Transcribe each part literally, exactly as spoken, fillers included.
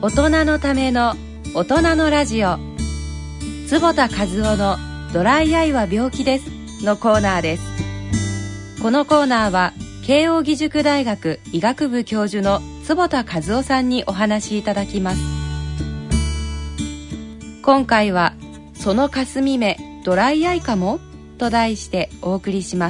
大人のための大人のラジオ、坪田和夫のドライアイは病気ですのコーナーです。このコーナーは慶應義塾大学医学部教授の坪田和夫さんにお話しいただきます。今回はそのかすみ目ドライアイかもと題してお送りします。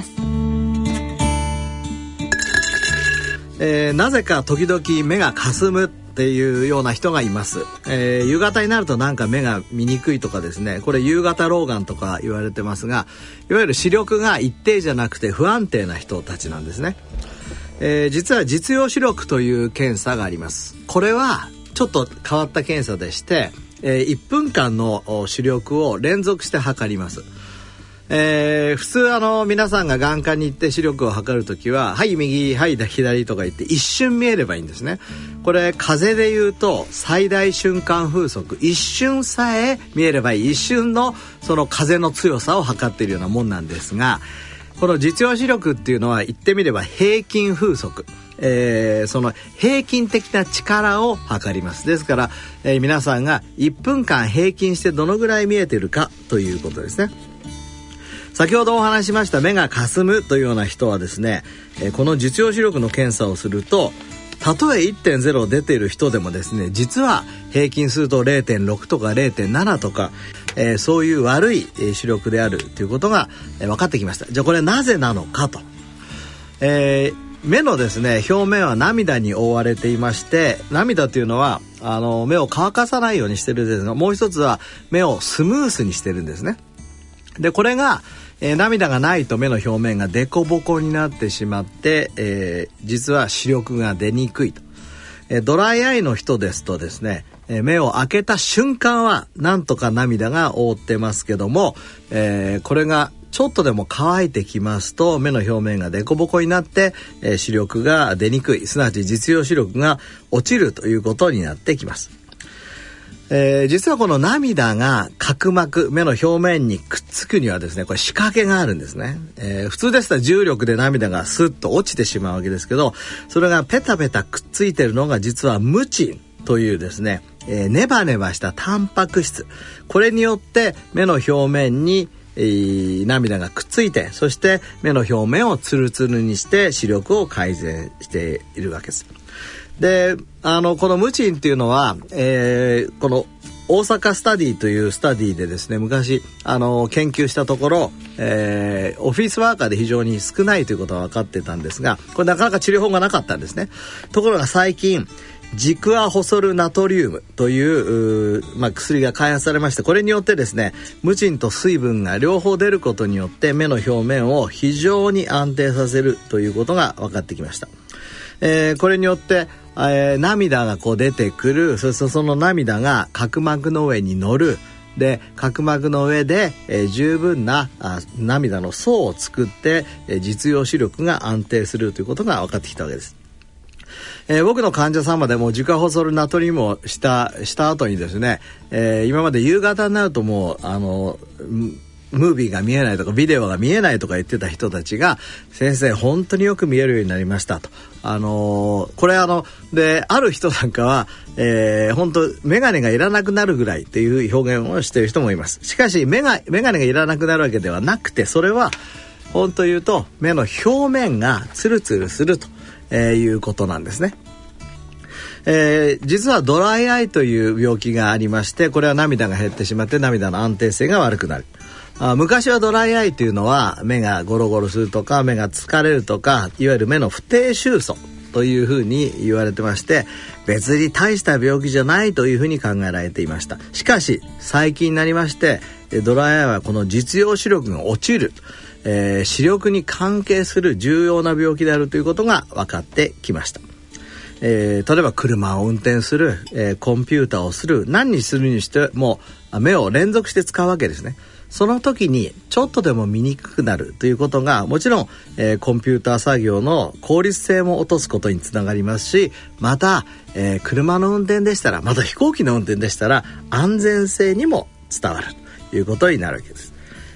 えー、なぜか時々目がかすむっていうような人がいます。えー、夕方になるとなんか目が見にくいとかですね、これ夕方老眼とか言われてますが、いわゆる視力が一定じゃなくて不安定な人たちなんですね。えー、実は実用視力という検査があります。これはちょっと変わった検査でして、えー、いっぷんかんの視力を連続して測ります。えー、普通あの皆さんが眼科に行って視力を測るときは、はい右はい左とか言って一瞬見えればいいんですね。これ風で言うと最大瞬間風速、一瞬さえ見えればいい、一瞬のその風の強さを測っているようなもんなんですが、この実用視力っていうのは言ってみれば平均風速、えー、その平均的な力を測ります。ですから、えー、皆さんがいっぷんかん平均してどのぐらい見えているかということですね。先ほどお話しました目がかすむというような人はですね、えー、この実用視力の検査をすると、たとえ いってんゼロ 出ている人でもですね、実は平均すると れいてんろく とか れいてんなな とか、えー、そういう悪い視力であるということが、えー、分かってきました。じゃあこれなぜなのかと、えー、目のですね表面は涙に覆われていまして、涙というのはあの目を乾かさないようにしてるんですが、もう一つは目をスムースにしてるんですね。でこれがえー、涙がないと目の表面がデコボコになってしまって、えー、実は視力が出にくいと、えー、ドライアイの人ですとですね、えー、目を開けた瞬間はなんとか涙が覆ってますけども、えー、これがちょっとでも乾いてきますと目の表面がデコボコになって、えー、視力が出にくい、すなわち実用視力が落ちるということになってきます。えー、実はこの涙が角膜、目の表面にくっつくにはですね、これ仕掛けがあるんですね。えー、普通ですと重力で涙がスッと落ちてしまうわけですけど、それがペタペタくっついているのが実はムチンというですね、えー、ネバネバしたタンパク質、これによって目の表面にえー、涙がくっついて、そして目の表面をツルツルにして視力を改善しているわけです。で、あのこのムチンっていうのは、えー、この大阪スタディというスタディでですね、昔あの研究したところ、えー、オフィスワーカーで非常に少ないということが分かってたんですが、これなかなか治療法がなかったんですね。ところが最近ジクアホソルナトリウムという、う、まあ、薬が開発されまして、これによってですね、ムチンと水分が両方出ることによって目の表面を非常に安定させるということが分かってきました。えー、これによって、えー、涙がこう出てくる、そしてその涙が角膜の上に乗る、で角膜の上で、えー、十分なあ涙の層を作って、えー、実用視力が安定するということが分かってきたわけです。えー、僕の患者様でもジクアホソルナトリウムをしたした後にですね、えー、今まで夕方になるともうあのムービーが見えないとかビデオが見えないとか言ってた人たちが、先生本当によく見えるようになりましたと。あのー、これあのである人なんかは、えー、本当メガネがいらなくなるぐらいっていう表現をしている人もいます。しかしメガ、メガネがいらなくなるわけではなくて、それは本当言うと目の表面がツルツルすると、えー、いうことなんですね。えー、実はドライアイという病気がありまして、これは涙が減ってしまって涙の安定性が悪くなる。あ、昔はドライアイというのは目がゴロゴロするとか目が疲れるとか、いわゆる目の不定収素というふうに言われてまして、別に大した病気じゃないというふうに考えられていました。しかし最近になりまして、ドライアイはこの実用視力が落ちる、えー、視力に関係する重要な病気であるということが分かってきました。えー、例えば車を運転する、えー、コンピューターをする、何にするにしても目を連続して使うわけですね。その時にちょっとでも見にくくなるということが、もちろん、えー、コンピューター作業の効率性も落とすことにつながりますし、また、えー、車の運転でしたら、また飛行機の運転でしたら安全性にも伝わるということになるわけです。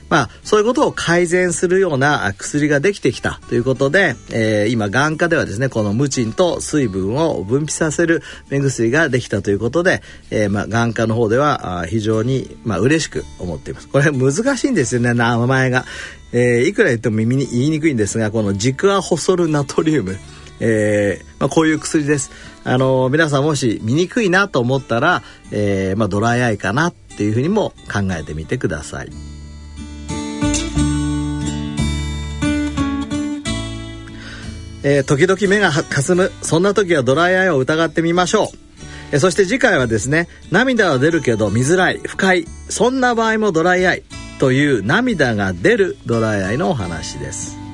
まあ、そういうことを改善するような薬ができてきたということで、えー、今眼科ではですね、このムチンと水分を分泌させる目薬ができたということで、えー、まあ眼科の方では非常にまあ嬉しく思っています。これ難しいんですよね、名前が。えー、いくら言っても耳に言いにくいんですが、このジクアホソルナトリウム、えーまあ、こういう薬です。あのー、皆さんもし見にくいなと思ったら、えーまあ、ドライアイかなっていうふうにも考えてみてください。えー、時々目がかすむ、そんな時はドライアイを疑ってみましょう。えー、そして次回はですね、涙は出るけど見づらい、不快、そんな場合もドライアイという涙が出るドライアイのお話です。